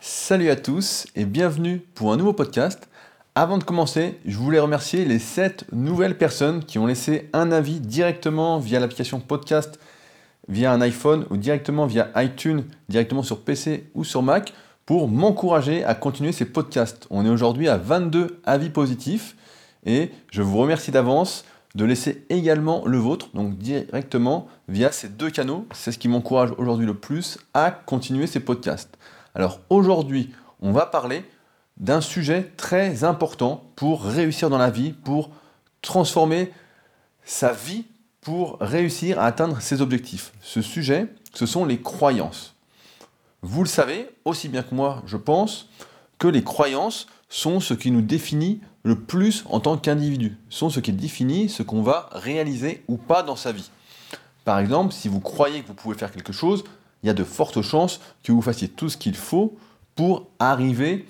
Salut à tous et bienvenue pour un nouveau podcast. Avant de commencer, je voulais remercier les 7 nouvelles personnes qui ont laissé un avis directement via l'application podcast, via un iPhone ou directement via iTunes, directement sur PC ou sur Mac pour m'encourager à continuer ces podcasts. On est aujourd'hui à 22 avis positifs et je vous remercie d'avance de laisser également le vôtre, donc directement via ces deux canaux. C'est ce qui m'encourage aujourd'hui le plus à continuer ces podcasts. Alors aujourd'hui, on va parler d'un sujet très important pour réussir dans la vie, pour transformer sa vie, pour réussir à atteindre ses objectifs. Ce sujet, ce sont les croyances. Vous le savez, aussi bien que moi, je pense, que les croyances sont ce qui nous définit le plus en tant qu'individu, sont ce qui définit ce qu'on va réaliser ou pas dans sa vie. Par exemple, si vous croyez que vous pouvez faire quelque chose, il y a de fortes chances que vous fassiez tout ce qu'il faut pour arriver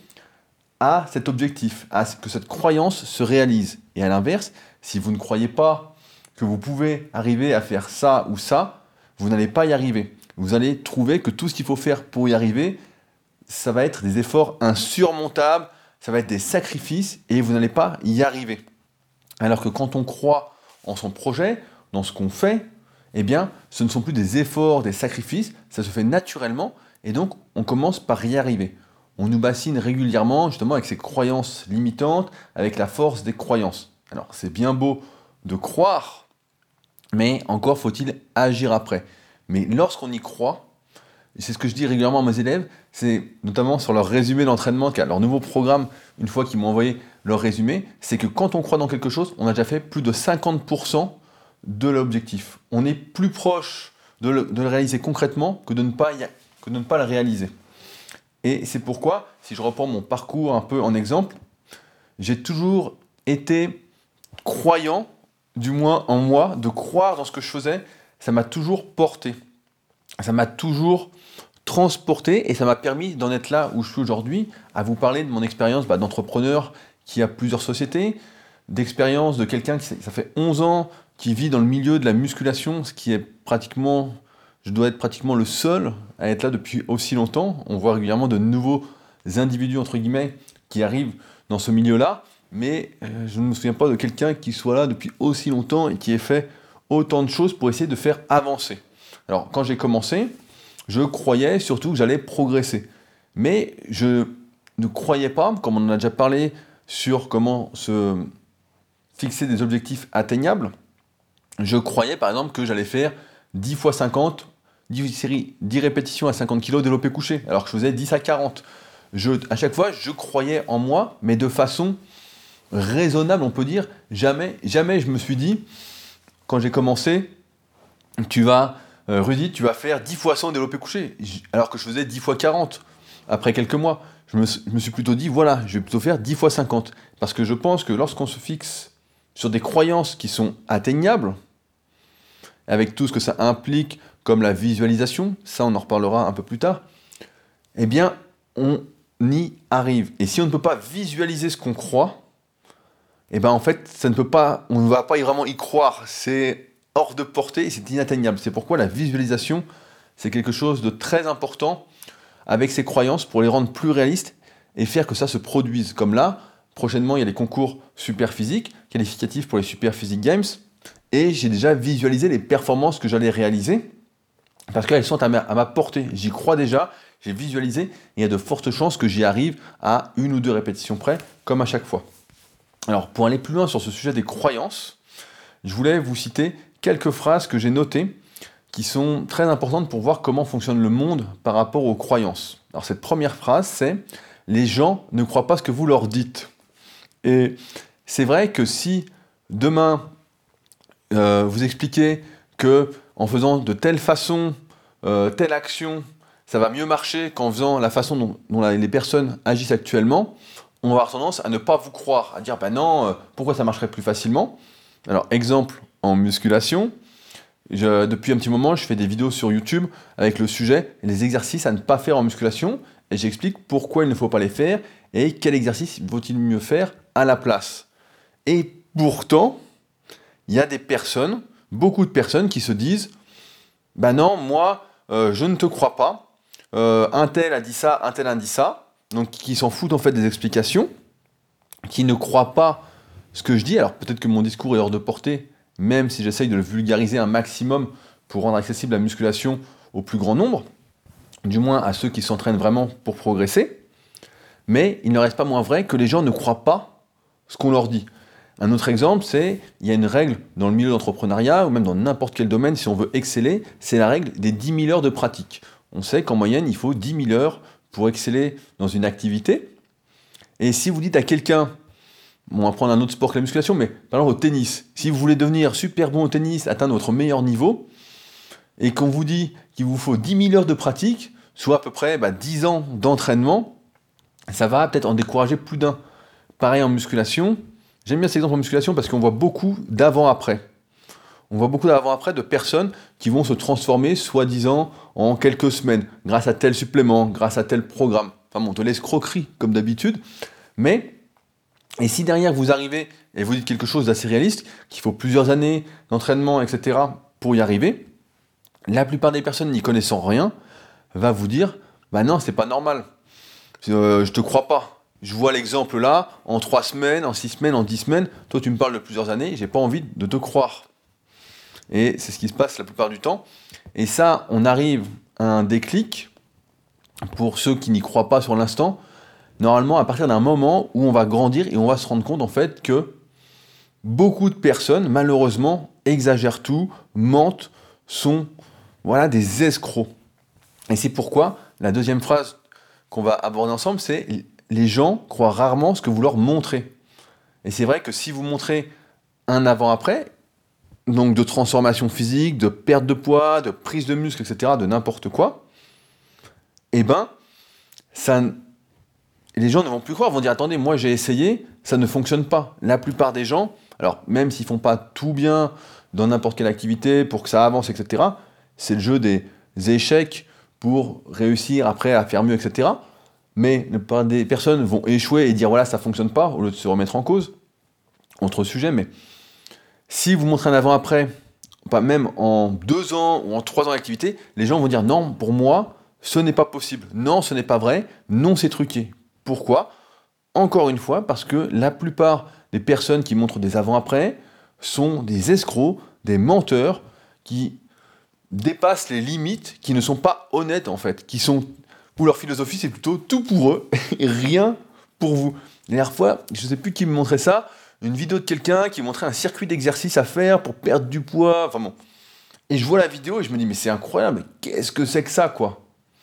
à cet objectif, à ce que cette croyance se réalise. Et à l'inverse, si vous ne croyez pas que vous pouvez arriver à faire ça ou ça, vous n'allez pas y arriver. Vous allez trouver que tout ce qu'il faut faire pour y arriver, ça va être des efforts insurmontables, ça va être des sacrifices et vous n'allez pas y arriver. Alors que quand on croit en son projet, dans ce qu'on fait, eh bien, ce ne sont plus des efforts, des sacrifices, ça se fait naturellement et donc on commence par y arriver. On nous bassine régulièrement justement avec ces croyances limitantes, avec la force des croyances. Alors c'est bien beau de croire, mais encore faut-il agir après. Mais lorsqu'on y croit, et c'est ce que je dis régulièrement à mes élèves, c'est notamment sur leur résumé d'entraînement, leur nouveau programme, une fois qu'ils m'ont envoyé leur résumé, c'est que quand on croit dans quelque chose, on a déjà fait plus de 50% de l'objectif. On est plus proche de le réaliser concrètement que de ne pas le réaliser. Et c'est pourquoi, si je reprends mon parcours un peu en exemple, j'ai toujours été croyant, du moins en moi, de croire dans ce que je faisais, ça m'a toujours porté. Ça m'a toujours transporté et ça m'a permis d'en être là où je suis aujourd'hui, à vous parler de mon expérience d'entrepreneur qui a plusieurs sociétés, d'expérience de quelqu'un qui ça fait 11 ans qui vit dans le milieu de la musculation, ce qui est pratiquement, je dois être pratiquement le seul à être là depuis aussi longtemps. On voit régulièrement de nouveaux individus, entre guillemets, qui arrivent dans ce milieu-là, mais je ne me souviens pas de quelqu'un qui soit là depuis aussi longtemps et qui ait fait autant de choses pour essayer de faire avancer. Alors, quand j'ai commencé, je croyais surtout que j'allais progresser. Mais je ne croyais pas, comme on en a déjà parlé, sur comment se fixer des objectifs atteignables. Je croyais par exemple que j'allais faire 10 fois 50, 10 séries, 10 répétitions à 50 kg développé couché, alors que je faisais 10 à 40. À chaque fois, je croyais en moi, mais de façon raisonnable, on peut dire. Jamais je me suis dit, quand j'ai commencé, Rudy, tu vas faire 10 fois 100 développé couché, alors que je faisais 10 fois 40 après quelques mois. Je me suis plutôt dit, voilà, je vais plutôt faire 10 fois 50. Parce que je pense que lorsqu'on se fixe sur des croyances qui sont atteignables, avec tout ce que ça implique, comme la visualisation, ça on en reparlera un peu plus tard, eh bien, on y arrive. Et si on ne peut pas visualiser ce qu'on croit, eh bien en fait, on ne va pas vraiment y croire. C'est hors de portée et c'est inatteignable. C'est pourquoi la visualisation, c'est quelque chose de très important avec ses croyances pour les rendre plus réalistes et faire que ça se produise. Comme là, prochainement, il y a les concours super physiques, qualificatifs pour les Super Physique Games, et j'ai déjà visualisé les performances que j'allais réaliser, parce qu'elles sont à ma portée. J'y crois déjà, j'ai visualisé, et il y a de fortes chances que j'y arrive à 1 ou 2 répétitions près, comme à chaque fois. Alors, pour aller plus loin sur ce sujet des croyances, je voulais vous citer quelques phrases que j'ai notées, qui sont très importantes pour voir comment fonctionne le monde par rapport aux croyances. Alors cette première phrase, c'est « Les gens ne croient pas ce que vous leur dites ». Et c'est vrai que si demain, vous expliquez que en faisant de telle façon, telle action, ça va mieux marcher qu'en faisant la façon dont les personnes agissent actuellement, on va avoir tendance à ne pas vous croire, à dire « non, pourquoi ça marcherait plus facilement ?» Alors exemple, en musculation, depuis un petit moment, je fais des vidéos sur YouTube avec le sujet « Les exercices à ne pas faire en musculation » et j'explique pourquoi il ne faut pas les faire et quel exercice vaut-il mieux faire à la place. Et pourtant, il y a des personnes, beaucoup de personnes qui se disent « non, moi, je ne te crois pas, un tel a dit ça, un tel a dit ça, donc qui s'en foutent en fait des explications, qui ne croient pas ce que je dis. Alors peut-être que mon discours est hors de portée, même si j'essaye de le vulgariser un maximum pour rendre accessible la musculation au plus grand nombre, du moins à ceux qui s'entraînent vraiment pour progresser. Mais il ne reste pas moins vrai que les gens ne croient pas ce qu'on leur dit. Un autre exemple, c'est, il y a une règle dans le milieu d'entrepreneuriat, ou même dans n'importe quel domaine, si on veut exceller, c'est la règle des 10 000 heures de pratique. On sait qu'en moyenne, il faut 10 000 heures pour exceller dans une activité. Et si vous dites à quelqu'un, on va prendre un autre sport que la musculation, mais par exemple au tennis, si vous voulez devenir super bon au tennis, atteindre votre meilleur niveau, et qu'on vous dit qu'il vous faut 10 000 heures de pratique, soit à peu près 10 ans d'entraînement, ça va peut-être en décourager plus d'un. Pareil en musculation, j'aime bien cet exemple en musculation parce qu'on voit beaucoup d'avant-après. On voit beaucoup d'avant-après de personnes qui vont se transformer, soi-disant, en quelques semaines, grâce à tel supplément, grâce à tel programme. Enfin bon, de l'escroquerie, comme d'habitude. Mais, et si derrière vous arrivez et vous dites quelque chose d'assez réaliste, qu'il faut plusieurs années d'entraînement, etc., pour y arriver, la plupart des personnes n'y connaissant rien, va vous dire, non, c'est pas normal. Je te crois pas. Je vois l'exemple là, en 3 semaines, en 6 semaines, en 10 semaines, toi tu me parles de plusieurs années, j'ai pas envie de te croire. Et c'est ce qui se passe la plupart du temps. Et ça, on arrive à un déclic, pour ceux qui n'y croient pas sur l'instant, normalement à partir d'un moment où on va grandir et on va se rendre compte en fait que beaucoup de personnes, malheureusement, exagèrent tout, mentent, sont des escrocs. Et c'est pourquoi la deuxième phrase qu'on va aborder ensemble, c'est les gens croient rarement ce que vous leur montrez. Et c'est vrai que si vous montrez un avant-après, donc de transformation physique, de perte de poids, de prise de muscle, etc., de n'importe quoi, les gens ne vont plus croire, vont dire, attendez, moi j'ai essayé, ça ne fonctionne pas. La plupart des gens, alors même s'ils font pas tout bien dans n'importe quelle activité, pour que ça avance, etc., c'est le jeu des échecs pour réussir après à faire mieux, etc., mais la plupart des personnes vont échouer et dire, voilà, ça fonctionne pas, au lieu de se remettre en cause. Autre sujet, mais si vous montrez un avant-après, pas même en 2 ans ou en 3 ans d'activité, les gens vont dire non, pour moi, ce n'est pas possible. Non, ce n'est pas vrai. Non, c'est truqué. Pourquoi ? Encore une fois, parce que la plupart des personnes qui montrent des avant-après sont des escrocs, des menteurs qui dépassent les limites, qui ne sont pas honnêtes en fait, où leur philosophie c'est plutôt tout pour eux et rien pour vous. La dernière fois, je ne sais plus qui me montrait ça, une vidéo de quelqu'un qui montrait un circuit d'exercice à faire pour perdre du poids, enfin bon. Et je vois la vidéo et je me dis, mais c'est incroyable, mais qu'est-ce que c'est que ça, quoi ?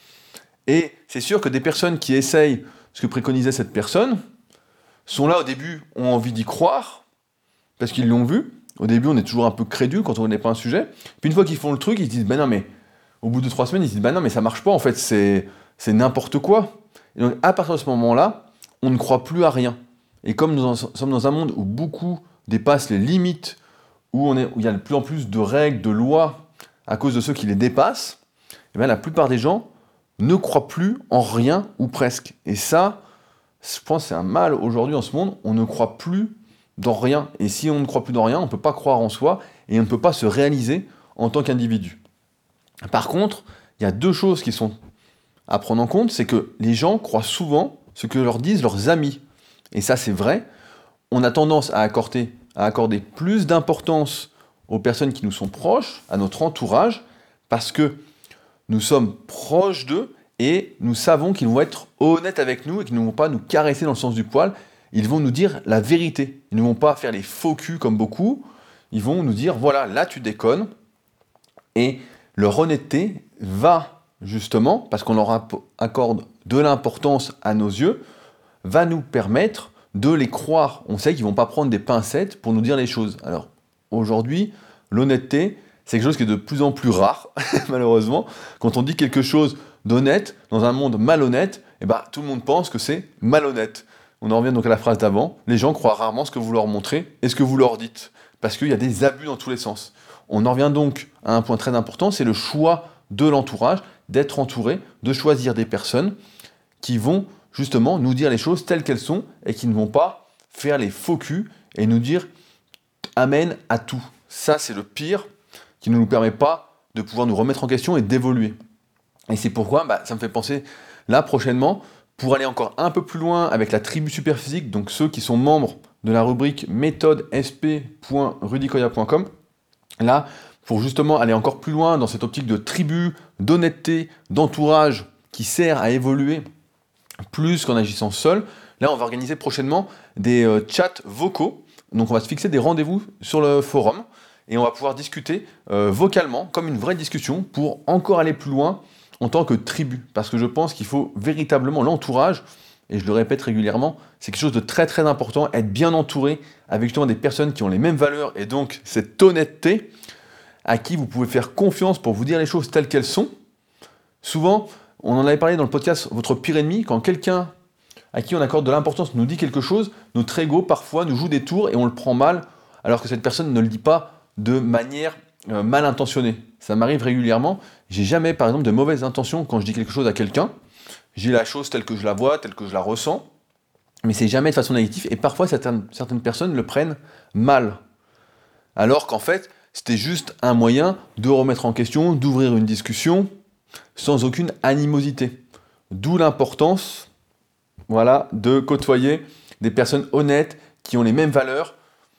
Et c'est sûr que des personnes qui essayent ce que préconisait cette personne, sont là au début, ont envie d'y croire, parce qu'ils l'ont vu. Au début, on est toujours un peu crédule quand on n'est pas un sujet. Puis une fois qu'ils font le truc, ils se disent, non, mais au bout de 3 semaines, ils se disent, non, mais ça marche pas, en fait, c'est n'importe quoi. Et donc, à partir de ce moment-là, on ne croit plus à rien. Et comme nous sommes dans un monde où beaucoup dépassent les limites, où il y a de plus en plus de règles, de lois, à cause de ceux qui les dépassent, et bien la plupart des gens ne croient plus en rien ou presque. Et ça, je pense que c'est un mal aujourd'hui en ce monde, on ne croit plus dans rien. Et si on ne croit plus dans rien, on ne peut pas croire en soi et on ne peut pas se réaliser en tant qu'individu. Par contre, il y a 2 choses qui sont à prendre en compte, c'est que les gens croient souvent ce que leur disent leurs amis. Et ça, c'est vrai. On a tendance à accorder plus d'importance aux personnes qui nous sont proches, à notre entourage, parce que nous sommes proches d'eux et nous savons qu'ils vont être honnêtes avec nous et qu'ils ne vont pas nous caresser dans le sens du poil. Ils vont nous dire la vérité. Ils ne vont pas faire les faux culs comme beaucoup. Ils vont nous dire, voilà, là tu déconnes. Et leur honnêteté va, justement, parce qu'on leur accorde de l'importance à nos yeux, va nous permettre de les croire. On sait qu'ils ne vont pas prendre des pincettes pour nous dire les choses. Alors, aujourd'hui, l'honnêteté, c'est quelque chose qui est de plus en plus rare, malheureusement. Quand on dit quelque chose d'honnête, dans un monde malhonnête, tout le monde pense que c'est malhonnête. On en revient donc à la phrase d'avant. Les gens croient rarement ce que vous leur montrez et ce que vous leur dites. Parce qu'il y a des abus dans tous les sens. On en revient donc à un point très important, c'est le choix de l'entourage, d'être entouré, de choisir des personnes qui vont justement nous dire les choses telles qu'elles sont et qui ne vont pas faire les faux culs et nous dire amen à tout. Ça, c'est le pire qui ne nous permet pas de pouvoir nous remettre en question et d'évoluer. Et c'est pourquoi ça me fait penser, là, prochainement, Pour aller encore un peu plus loin avec la tribu Superphysique, donc ceux qui sont membres de la rubrique méthode sp.rudicoya.com, là, pour justement aller encore plus loin dans cette optique de tribu, d'honnêteté, d'entourage qui sert à évoluer plus qu'en agissant seul, là on va organiser prochainement des chats vocaux. Donc on va se fixer des rendez-vous sur le forum et on va pouvoir discuter vocalement comme une vraie discussion pour encore aller plus loin en tant que tribu. Parce que je pense qu'il faut véritablement l'entourage, et je le répète régulièrement, c'est quelque chose de très très important, être bien entouré avec justement des personnes qui ont les mêmes valeurs et donc cette honnêteté à qui vous pouvez faire confiance pour vous dire les choses telles qu'elles sont. Souvent, on en avait parlé dans le podcast Votre pire ennemi, quand quelqu'un à qui on accorde de l'importance nous dit quelque chose, notre ego parfois nous joue des tours et on le prend mal, alors que cette personne ne le dit pas de manière mal intentionnée. Ça m'arrive régulièrement, j'ai jamais par exemple de mauvaises intentions quand je dis quelque chose à quelqu'un, j'ai la chose telle que je la vois, telle que je la ressens, mais c'est jamais de façon négative, et parfois certaines personnes le prennent mal. Alors qu'en fait, c'était juste un moyen de remettre en question, d'ouvrir une discussion, sans aucune animosité. D'où l'importance, voilà, de côtoyer des personnes honnêtes, qui ont les mêmes valeurs,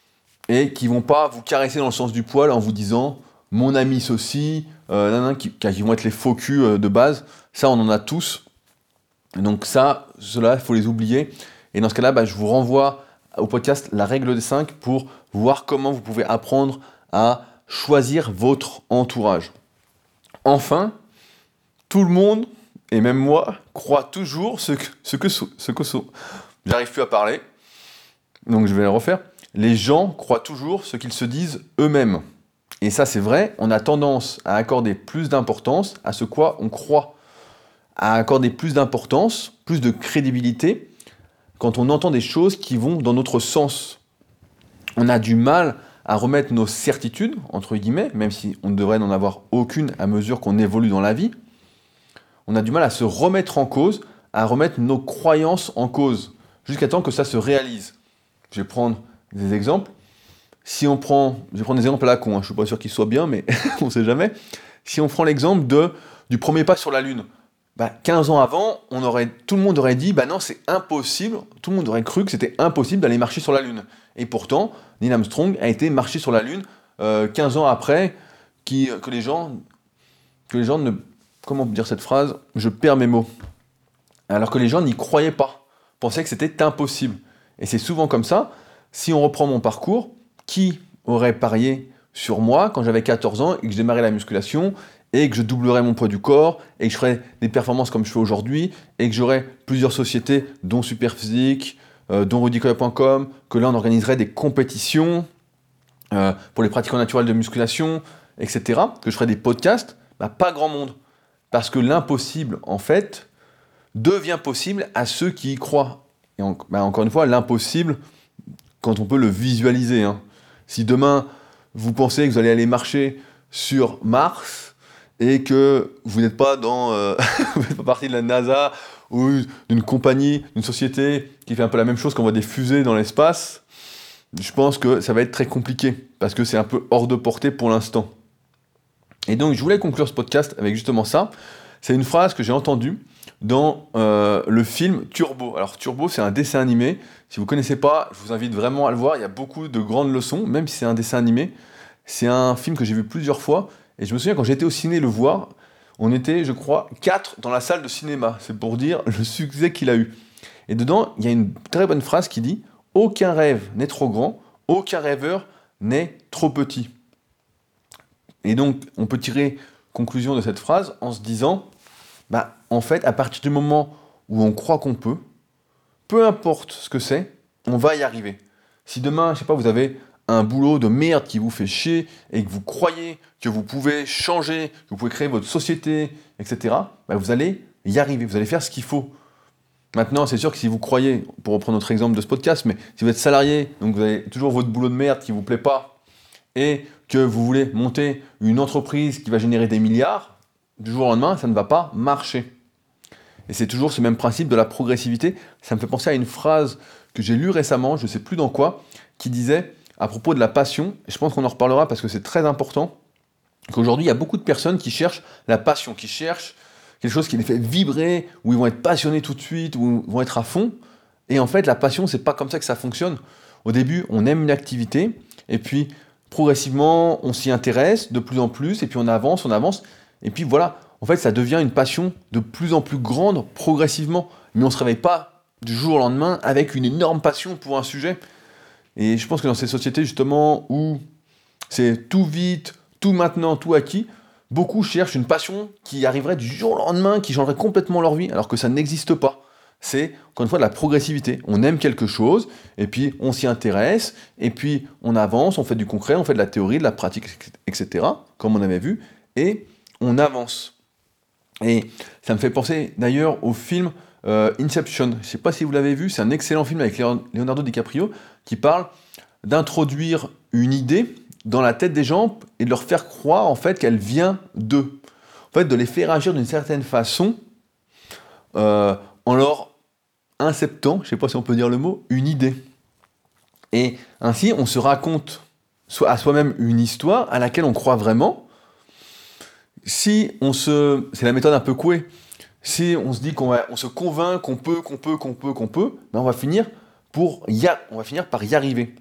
et qui vont pas vous caresser dans le sens du poil en vous disant « mon ami ceci », qui vont être les faux culs de base. Ça, on en a tous. Donc ça, cela, il faut les oublier. Et dans ce cas-là, je vous renvoie au podcast La règle des 5 pour voir comment vous pouvez apprendre à choisir votre entourage. Enfin, tout le monde, et même moi, croit toujours ce que sont. J'arrive plus à parler, donc je vais le refaire. Les gens croient toujours ce qu'ils se disent eux-mêmes. Et ça, c'est vrai, on a tendance à accorder plus d'importance à ce quoi on croit, à accorder plus d'importance, plus de crédibilité, quand on entend des choses qui vont dans notre sens. On a du mal à remettre nos certitudes, entre guillemets, même si on ne devrait n'en avoir aucune à mesure qu'on évolue dans la vie. On a du mal à se remettre en cause, à remettre nos croyances en cause, jusqu'à temps que ça se réalise. Je vais prendre des exemples. Je vais prendre des exemples à la con, je ne suis pas sûr qu'ils soient bien, mais on ne sait jamais. Si on prend l'exemple du premier pas sur la Lune, 15 ans avant, tout le monde aurait dit non, c'est impossible, tout le monde aurait cru que c'était impossible d'aller marcher sur la Lune. Et pourtant, Neil Armstrong a été marcher sur la Lune 15 ans après, que les gens ne... Comment dire cette phrase ? Je perds mes mots. Alors que les gens n'y croyaient pas, pensaient que c'était impossible. Et c'est souvent comme ça. Si on reprend mon parcours, qui aurait parié sur moi quand j'avais 14 ans et que je démarrais la musculation et que je doublerais mon poids du corps et que je ferais des performances comme je fais aujourd'hui et que j'aurais plusieurs sociétés, dont Superphysique, dont rudicoya.com, que là on organiserait des compétitions pour les pratiquants naturels de musculation, etc., que je ferais des podcasts, pas grand monde. Parce que l'impossible, en fait, devient possible à ceux qui y croient. Et encore une fois, l'impossible, quand on peut le visualiser. Si demain, vous pensez que vous allez aller marcher sur Mars et que vous n'êtes pas vous n'êtes pas partie de la NASA ou d'une compagnie, d'une société qui fait un peu la même chose, qu'on voit des fusées dans l'espace, je pense que ça va être très compliqué parce que c'est un peu hors de portée pour l'instant. Et donc, je voulais conclure ce podcast avec justement ça. C'est une phrase que j'ai entendue dans le film Turbo. Alors, Turbo, c'est un dessin animé. Si vous ne connaissez pas, je vous invite vraiment à le voir. Il y a beaucoup de grandes leçons, même si c'est un dessin animé. C'est un film que j'ai vu plusieurs fois. Et je me souviens, quand j'étais au ciné le voir, on était, je crois, 4 dans la salle de cinéma. C'est pour dire le succès qu'il a eu. Et dedans, il y a une très bonne phrase qui dit « Aucun rêve n'est trop grand, aucun rêveur n'est trop petit ». Et donc, on peut tirer conclusion de cette phrase en se disant, en fait, à partir du moment où on croit qu'on peut, peu importe ce que c'est, on va y arriver. Si demain, vous avez un boulot de merde qui vous fait chier et que vous croyez que vous pouvez changer, que vous pouvez créer votre société, etc., vous allez y arriver, vous allez faire ce qu'il faut. Maintenant, c'est sûr que si vous croyez, pour reprendre notre exemple de ce podcast, mais si vous êtes salarié, donc vous avez toujours votre boulot de merde qui ne vous plaît pas, et que vous voulez monter une entreprise qui va générer des milliards, du jour au lendemain, ça ne va pas marcher. Et c'est toujours ce même principe de la progressivité. Ça me fait penser à une phrase que j'ai lue récemment, je ne sais plus dans quoi, qui disait, à propos de la passion, et je pense qu'on en reparlera parce que c'est très important, qu'aujourd'hui, il y a beaucoup de personnes qui cherchent la passion, qui quelque chose qui les fait vibrer, où ils vont être passionnés tout de suite, où ils vont être à fond. Et en fait, la passion, c'est pas comme ça que ça fonctionne. Au début, on aime une activité, et puis progressivement, on s'y intéresse de plus en plus, et puis on avance, et puis voilà. En fait, ça devient une passion de plus en plus grande progressivement. Mais on ne se réveille pas du jour au lendemain avec une énorme passion pour un sujet. Et je pense que dans ces sociétés, justement, où c'est tout vite, tout maintenant, tout acquis, beaucoup cherchent une passion qui arriverait du jour au lendemain, qui changerait complètement leur vie, alors que ça n'existe pas. C'est, encore une fois, de la progressivité. On aime quelque chose, et puis on s'y intéresse, et puis on avance, on fait du concret, on fait de la théorie, de la pratique, etc., comme on avait vu, et on avance. Et ça me fait penser d'ailleurs au film Inception. Je ne sais pas si vous l'avez vu, c'est un excellent film avec Leonardo DiCaprio qui parle d'introduire une idée dans la tête des gens et de leur faire croire en fait qu'elle vient d'eux. En fait, de les faire agir d'une certaine façon en leur inceptant, je ne sais pas si on peut dire le mot, une idée. Et ainsi, on se raconte à soi-même une histoire à laquelle on croit vraiment. C'est la méthode un peu Coué. Si on se dit on se convainc qu'on peut, ben on va finir par y arriver.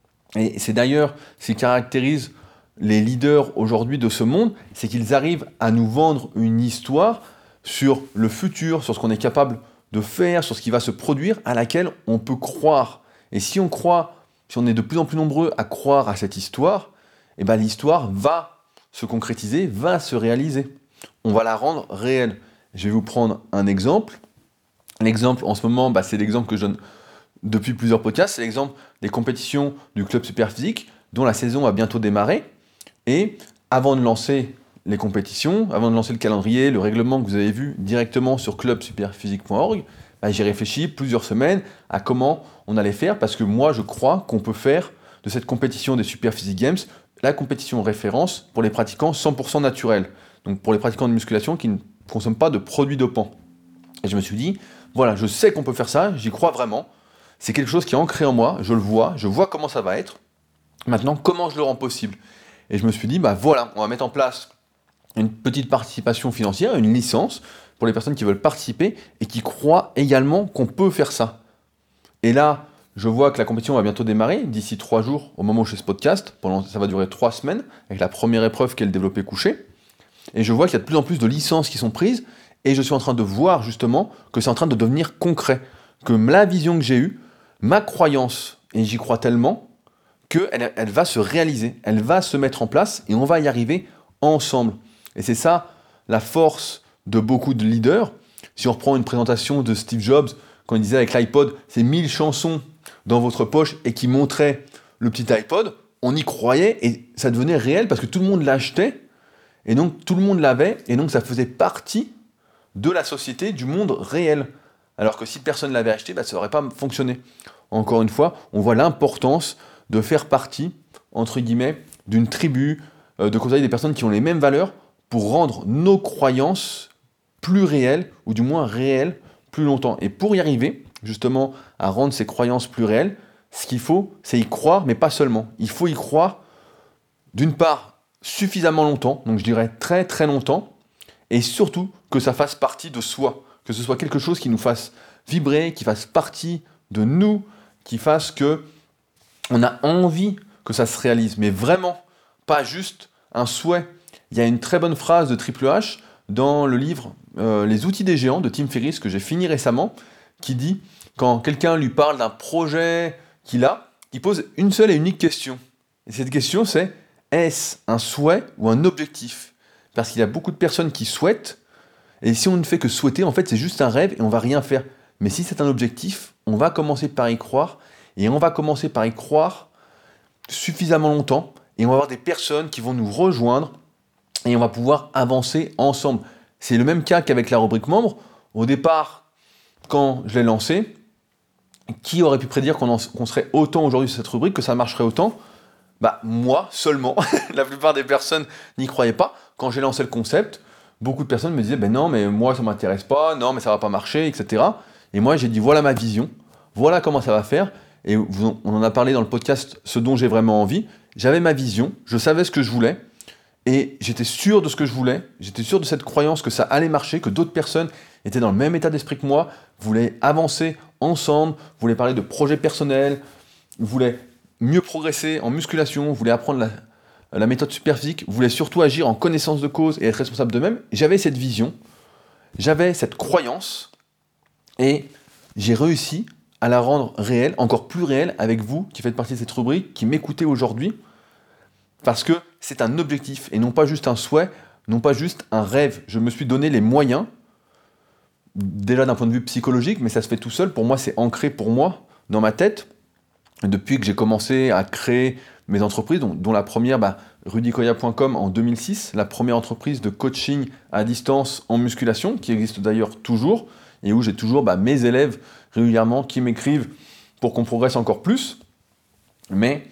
Et c'est d'ailleurs ce qui caractérise les leaders aujourd'hui de ce monde, c'est qu'ils arrivent à nous vendre une histoire sur le futur, sur ce qu'on est capable de faire, sur ce qui va se produire, à laquelle on peut croire. Et si on est de plus en plus nombreux à croire à cette histoire, et ben l'histoire va se concrétiser, va se réaliser. On va la rendre réelle. Je vais vous prendre un exemple. L'exemple en ce moment, c'est l'exemple que je donne depuis plusieurs podcasts, c'est l'exemple des compétitions du Club Superphysique, dont la saison va bientôt démarrer. Et avant de lancer les compétitions, avant de lancer le calendrier, le règlement que vous avez vu directement sur clubsuperphysique.org, j'ai réfléchi plusieurs semaines à comment on allait faire, parce que moi je crois qu'on peut faire de cette compétition des Superphysique Games la compétition référence pour les pratiquants 100% naturels. Donc pour les pratiquants de musculation qui ne consomment pas de produits dopants. Et je me suis dit, voilà, je sais qu'on peut faire ça, j'y crois vraiment. C'est quelque chose qui est ancré en moi, je vois comment ça va être. Maintenant, comment je le rends possible ? Et je me suis dit, voilà, on va mettre en place une petite participation financière, une licence, pour les personnes qui veulent participer et qui croient également qu'on peut faire ça. Et là, je vois que la compétition va bientôt démarrer, d'ici 3 jours, au moment où je fais ce podcast. Ça va durer 3 semaines, avec la première épreuve qui est le développé couché. Et je vois qu'il y a de plus en plus de licences qui sont prises, et je suis en train de voir justement que c'est en train de devenir concret. Que la vision que j'ai eue, ma croyance, et j'y crois tellement, qu'elle va se réaliser, elle va se mettre en place, et on va y arriver ensemble. Et c'est ça la force de beaucoup de leaders. Si on reprend une présentation de Steve Jobs, quand il disait avec l'iPod, c'est 1000 chansons dans votre poche et qui montrait le petit iPod, on y croyait et ça devenait réel parce que tout le monde l'achetait et donc tout le monde l'avait et donc ça faisait partie de la société, du monde réel. Alors que si personne ne l'avait acheté, ça n'aurait pas fonctionné. Encore une fois, on voit l'importance de faire partie, entre guillemets, d'une tribu, de côtoyer des personnes qui ont les mêmes valeurs pour rendre nos croyances plus réelles, ou du moins réelles, plus longtemps. Et pour y arriver, justement, à rendre ces croyances plus réelles, ce qu'il faut, c'est y croire, mais pas seulement. Il faut y croire, d'une part, suffisamment longtemps, donc je dirais très très longtemps, et surtout que ça fasse partie de soi, que ce soit quelque chose qui nous fasse vibrer, qui fasse partie de nous, qui fasse que on a envie que ça se réalise, mais vraiment, pas juste un souhait. Il y a une très bonne phrase de Triple H dans le livre Les outils des géants de Tim Ferriss que j'ai fini récemment, qui dit, quand quelqu'un lui parle d'un projet qu'il a, il pose une seule et unique question. Et cette question c'est, est-ce un souhait ou un objectif ? Parce qu'il y a beaucoup de personnes qui souhaitent, et si on ne fait que souhaiter, en fait c'est juste un rêve et on va rien faire. Mais si c'est un objectif, on va commencer par y croire, et on va commencer par y croire suffisamment longtemps, et on va avoir des personnes qui vont nous rejoindre, et on va pouvoir avancer ensemble. C'est le même cas qu'avec la rubrique membre. Au départ, quand je l'ai lancée, qui aurait pu prédire qu'on serait autant aujourd'hui sur cette rubrique, que ça marcherait autant ? Moi seulement. La plupart des personnes n'y croyaient pas. Quand j'ai lancé le concept, beaucoup de personnes me disaient non, mais moi ça m'intéresse pas, non, mais ça va pas marcher, etc. Et moi j'ai dit voilà ma vision, voilà comment ça va faire. Et on en a parlé dans le podcast, ce dont j'ai vraiment envie. J'avais ma vision, je savais ce que je voulais. Et j'étais sûr de ce que je voulais, j'étais sûr de cette croyance que ça allait marcher, que d'autres personnes étaient dans le même état d'esprit que moi, voulaient avancer ensemble, voulaient parler de projets personnels, voulaient mieux progresser en musculation, voulaient apprendre la méthode Superphysique, voulaient surtout agir en connaissance de cause et être responsable d'eux-mêmes. J'avais cette vision, j'avais cette croyance, et j'ai réussi à la rendre réelle, encore plus réelle avec vous qui faites partie de cette rubrique, qui m'écoutez aujourd'hui, parce que c'est un objectif et non pas juste un souhait, non pas juste un rêve. Je me suis donné les moyens, déjà d'un point de vue psychologique, mais ça se fait tout seul. Pour moi, c'est ancré pour moi, dans ma tête, depuis que j'ai commencé à créer mes entreprises, dont la première, rudykoya.com en 2006, la première entreprise de coaching à distance en musculation, qui existe d'ailleurs toujours, et où j'ai toujours mes élèves régulièrement qui m'écrivent pour qu'on progresse encore plus. Mais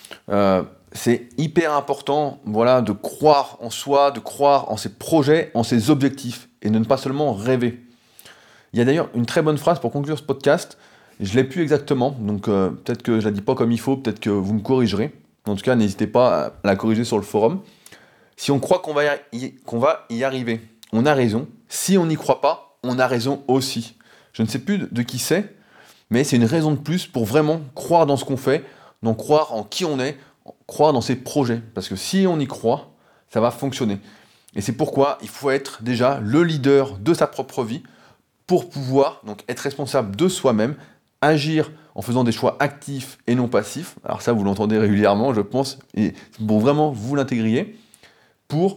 c'est hyper important, de croire en soi, de croire en ses projets, en ses objectifs, et de ne pas seulement rêver. Il y a d'ailleurs une très bonne phrase pour conclure ce podcast, je ne l'ai plus exactement, donc peut-être que je ne la dis pas comme il faut, peut-être que vous me corrigerez. En tout cas, n'hésitez pas à la corriger sur le forum. Si on croit qu'on va y arriver, on a raison. Si on n'y croit pas, on a raison aussi. Je ne sais plus de qui c'est, mais c'est une raison de plus pour vraiment croire dans ce qu'on fait, donc croire en qui on est, croire dans ses projets. Parce que si on y croit, ça va fonctionner. Et c'est pourquoi il faut être déjà le leader de sa propre vie pour pouvoir donc être responsable de soi-même, agir en faisant des choix actifs et non passifs. Alors ça, vous l'entendez régulièrement, je pense, et pour vraiment vous l'intégriez, pour,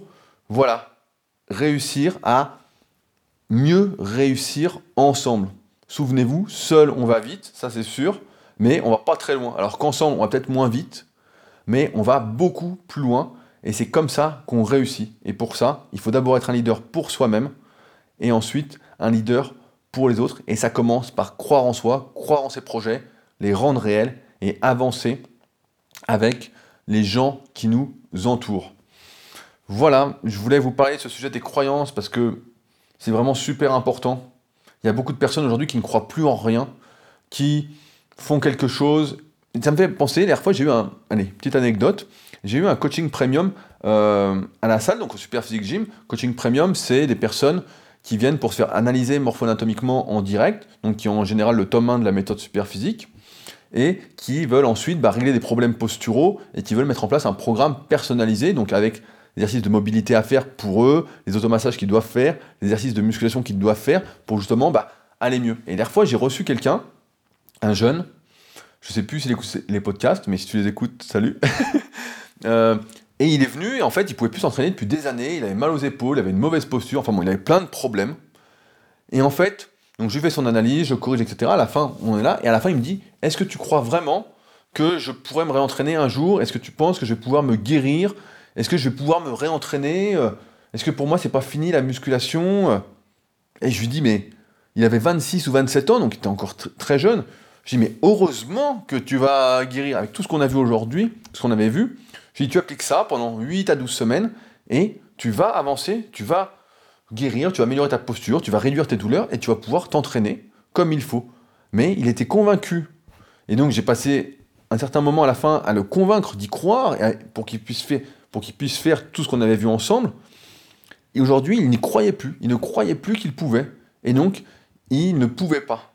réussir à mieux réussir ensemble. Souvenez-vous, seul on va vite, ça c'est sûr, mais on va pas très loin. Alors qu'ensemble, on va peut-être moins vite, mais on va beaucoup plus loin, et c'est comme ça qu'on réussit. Et pour ça, il faut d'abord être un leader pour soi-même, et ensuite un leader pour les autres, et ça commence par croire en soi, croire en ses projets, les rendre réels, et avancer avec les gens qui nous entourent. Voilà, je voulais vous parler de ce sujet des croyances, parce que c'est vraiment super important. Il y a beaucoup de personnes aujourd'hui qui ne croient plus en rien, qui font quelque chose. Et ça me fait penser, la dernière fois, j'ai eu petite anecdote, j'ai eu un coaching premium à la salle, donc au Superphysique Gym. Coaching premium, c'est des personnes qui viennent pour se faire analyser morpho-anatomiquement en direct, donc qui ont en général le tome 1 de la méthode Superphysique, et qui veulent ensuite régler des problèmes posturaux, et qui veulent mettre en place un programme personnalisé, donc avec les exercices de mobilité à faire pour eux, les automassages qu'ils doivent faire, les exercices de musculation qu'ils doivent faire, pour justement aller mieux. Et la dernière fois, j'ai reçu quelqu'un, un jeune, je sais plus s'il écoute les podcasts, mais si tu les écoutes, salut. Et il est venu, et en fait, il pouvait plus s'entraîner depuis des années, il avait mal aux épaules, il avait une mauvaise posture, il avait plein de problèmes. Et en fait, donc je lui fais son analyse, je corrige, etc. À la fin, on est là, et à la fin, il me dit, est-ce que tu crois vraiment que je pourrais me réentraîner un jour? Est-ce que tu penses que je vais pouvoir me guérir? Est-ce que je vais pouvoir me réentraîner? Est-ce que pour moi, c'est pas fini la musculation? Et je lui dis, mais il avait 26 ou 27 ans, donc il était encore très jeune. Je dis, mais heureusement que tu vas guérir avec tout ce qu'on a vu aujourd'hui, ce qu'on avait vu. Je dis, tu appliques ça pendant 8 à 12 semaines, et tu vas avancer, tu vas guérir, tu vas améliorer ta posture, tu vas réduire tes douleurs, et tu vas pouvoir t'entraîner comme il faut. Mais il était convaincu. Et donc j'ai passé un certain moment à la fin à le convaincre d'y croire, pour qu'il puisse faire tout ce qu'on avait vu ensemble. Et aujourd'hui, il n'y croyait plus. Il ne croyait plus qu'il pouvait. Et donc, il ne pouvait pas.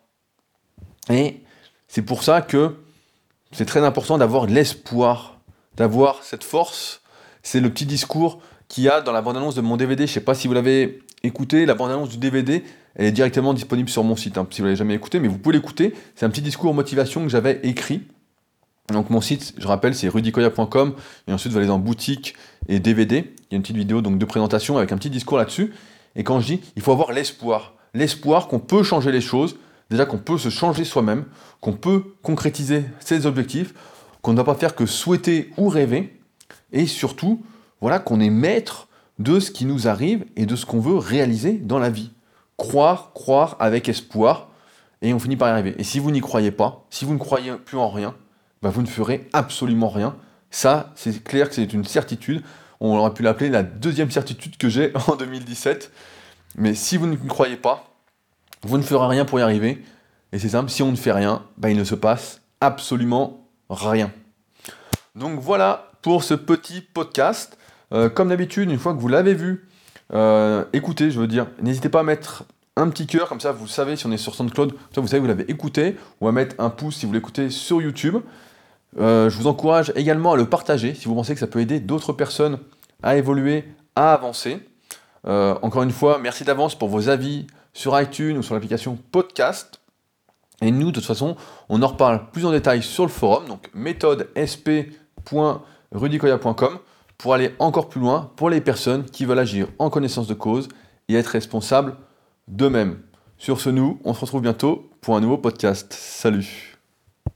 Et c'est pour ça que c'est très important d'avoir de l'espoir, d'avoir cette force. C'est le petit discours qu'il y a dans la bande-annonce de mon DVD. Je ne sais pas si vous l'avez écouté, la bande-annonce du DVD, elle est directement disponible sur mon site, si vous ne l'avez jamais écouté, mais vous pouvez l'écouter. C'est un petit discours motivation que j'avais écrit. Donc mon site, je rappelle, c'est rudykoya.com, et ensuite vous allez dans boutique et DVD, il y a une petite vidéo donc de présentation avec un petit discours là-dessus, et quand je dis, il faut avoir l'espoir qu'on peut changer les choses, déjà qu'on peut se changer soi-même, qu'on peut concrétiser ses objectifs, qu'on ne doit pas faire que souhaiter ou rêver, et surtout, qu'on est maître de ce qui nous arrive et de ce qu'on veut réaliser dans la vie. Croire avec espoir, et on finit par y arriver. Et si vous n'y croyez pas, si vous ne croyez plus en rien, vous ne ferez absolument rien. Ça, c'est clair que c'est une certitude. On aurait pu l'appeler la deuxième certitude que j'ai en 2017. Mais si vous ne croyez pas, vous ne ferez rien pour y arriver. Et c'est simple, si on ne fait rien, il ne se passe absolument rien. Donc voilà pour ce petit podcast. Comme d'habitude, une fois que vous l'avez vu, écoutez, je veux dire, n'hésitez pas à mettre un petit cœur, comme ça vous savez si on est sur SoundCloud, comme ça vous savez que vous l'avez écouté, ou à mettre un pouce si vous l'écoutez sur YouTube. Je vous encourage également à le partager si vous pensez que ça peut aider d'autres personnes à évoluer, à avancer. Encore une fois, merci d'avance pour vos avis sur iTunes ou sur l'application Podcast. Et nous, de toute façon, on en reparle plus en détail sur le forum, donc méthodesp.rudicoya.com, pour aller encore plus loin pour les personnes qui veulent agir en connaissance de cause et être responsables d'eux-mêmes. Sur ce, on se retrouve bientôt pour un nouveau podcast. Salut!